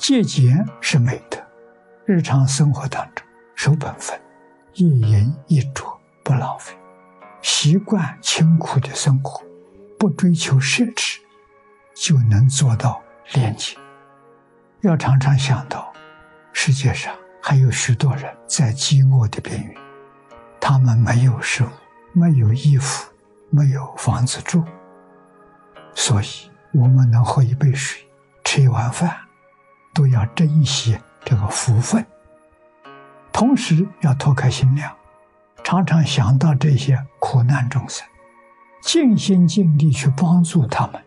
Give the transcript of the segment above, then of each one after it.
节俭是美德，日常生活当中守本分，一饮一啄不浪费，习惯清苦的生活，不追求奢侈，就能做到廉洁。要常常想到，世界上还有许多人在饥饿的边缘，他们没有食物，没有衣服，没有房子住，所以我们能喝一杯水，吃一碗饭，都要珍惜这个福分。同时要脱开心量，常常想到这些苦难众生，尽心尽力去帮助他们。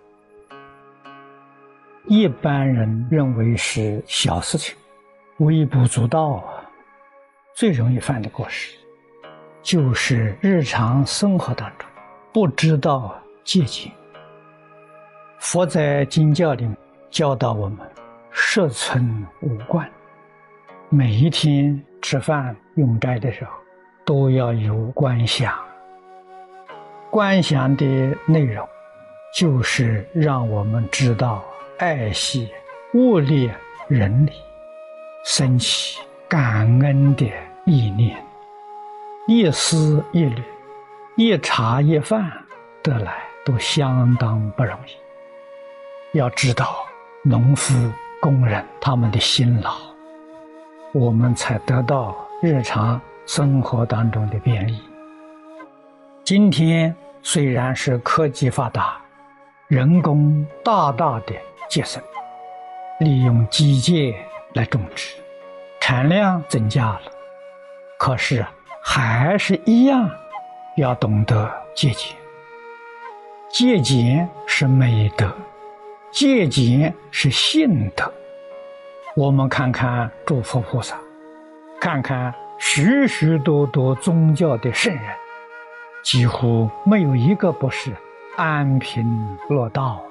一般人认为是小事情，微不足道最容易犯的过失就是日常生活当中不知道节俭。佛在经教里教导我们摄存五观，每一天吃饭用斋的时候都要有观想。观想的内容就是让我们知道爱惜物力人力，升起感恩的意念，一丝一缕，一茶一饭得来都相当不容易。要知道农夫工人他们的辛劳，我们才得到日常生活当中的便利。今天虽然是科技发达，人工大大的节省，利用机械来种植，产量增加了，可是还是一样要懂得节俭。节俭是美德，节俭是信德。我们看看诸佛菩萨，看看许许多多宗教的圣人，几乎没有一个不是安贫乐道。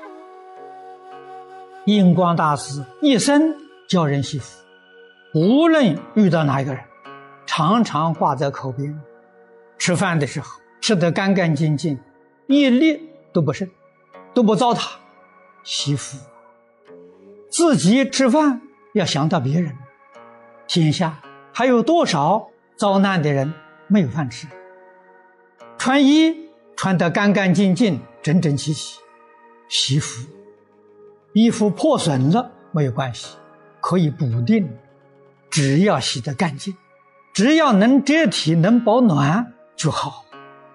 印光大师一生教人惜福，无论遇到哪一个人，常常挂在口边，吃饭的时候吃得干干净净，一粒都不剩，都不糟蹋，惜福。自己吃饭要想到别人，天下还有多少遭难的人没有饭吃，穿衣穿得干干净净，整整齐齐，惜福。衣服破损了没有关系，可以补丁，只要洗得干净，只要能遮体能保暖就好。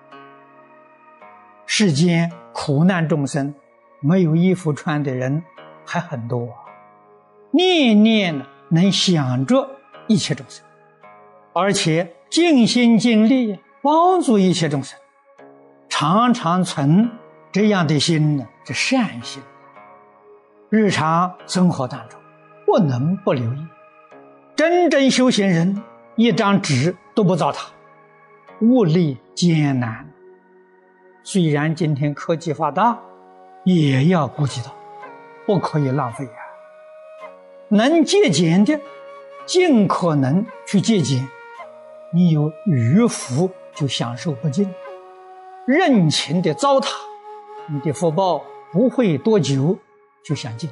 世间苦难众生，没有衣服穿的人还很多，念念能想着一切众生，而且尽心尽力帮助一切众生，常常存这样的心，这善心。日常生活当中不能不留意，真正修行人一张纸都不糟蹋，物力艰难。虽然今天科技发达，也要顾及到，不可以浪费啊。能节俭的尽可能去节俭，你有余福就享受不尽，任情的糟蹋，你的福报不会多久就享尽。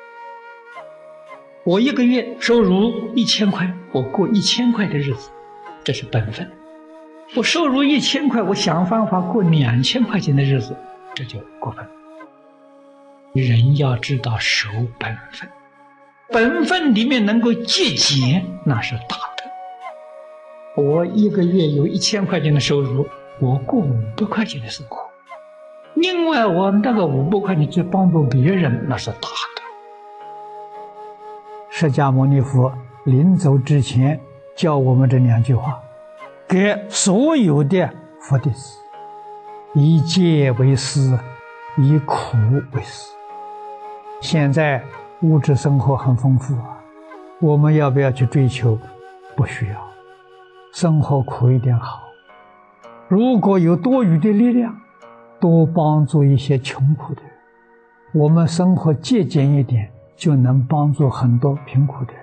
我一个月收入1000块，我过1000块的日子，这是本分。我收入1000块，我想方法过2000块钱的日子，这就过分。人要知道守本分，本分里面能够节俭，那是大德。我一个月有1000块钱的收入，我过500块钱的生活，另外我那个500块钱去帮助别人，那是大德。释迦牟尼佛临走之前教我们这2句话，给所有的佛弟子：以戒为师，以苦为师。现在物质生活很丰富啊，我们要不要去追求？不需要，生活苦一点好。如果有多余的力量，多帮助一些穷苦的人，我们生活节俭一点，就能帮助很多贫苦的人。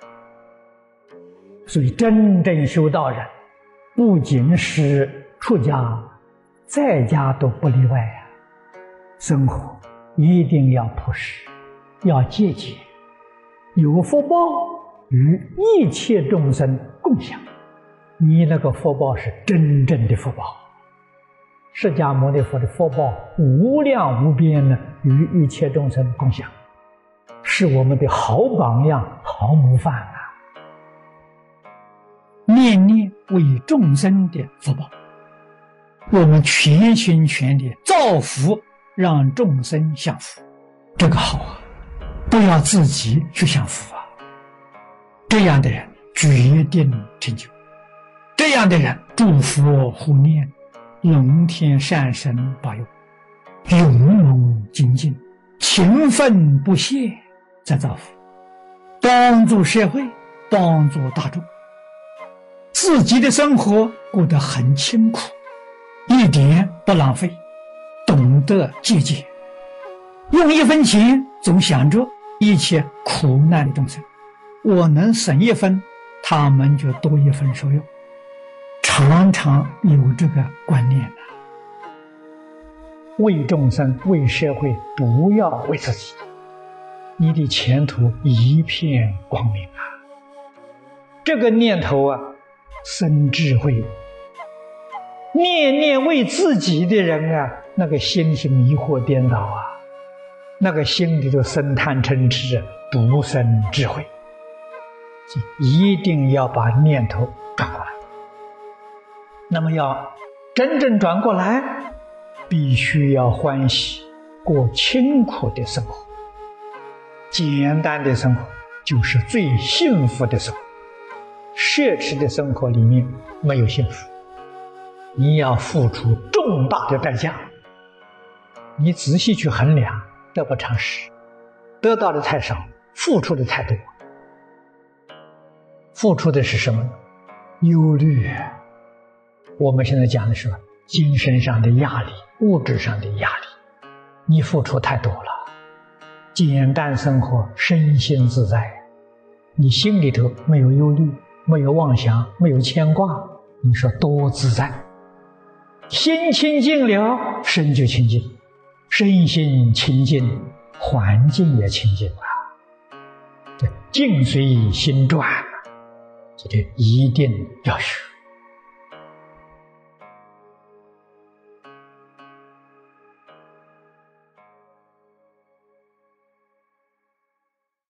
所以真正修道人，不仅是出家，在家都不例外啊。生活一定要朴实，要节俭， 有福报与一切众生共享。你那个福报是真正的福报，释迦牟尼佛的福报无量无边呢，与一切众生共享，是我们的好榜样、好模范啊！念念为众生的福报，我们全心全力造福，让众生享福，这个好啊！不要自己去享福啊！这样的人决定成就，这样的人诸佛护念，龙天善神保佑，勇猛精进，勤奋不懈，在造福，帮助社会，帮助大众，自己的生活过得很清苦，一点不浪费，懂得节俭，用一分钱总想着一切苦难的众生，我能省一分，他们就多一分受用，常常有这个观念啊。为众生，为社会，不要为自己，你的前途一片光明啊！这个念头啊，生智慧。念念为自己的人啊，那个心是迷惑颠倒啊，那个心里头生贪嗔痴，不生智慧。一定要把念头转过来。那么要真正转过来，必须要欢喜，过清苦的生活。简单的生活就是最幸福的生活。奢侈的生活里面没有幸福，你要付出重大的代价。你仔细去衡量，得不偿失，得到的太少，付出的太多。付出的是什么呢？忧虑。我们现在讲的是精神上的压力，物质上的压力，你付出太多了。简单生活，身心自在，你心里头没有忧虑，没有妄想，没有牵挂，你说多自在。心清净了，身就清净，身心清净，环境也清净了。对，境随心转，这就一定要学。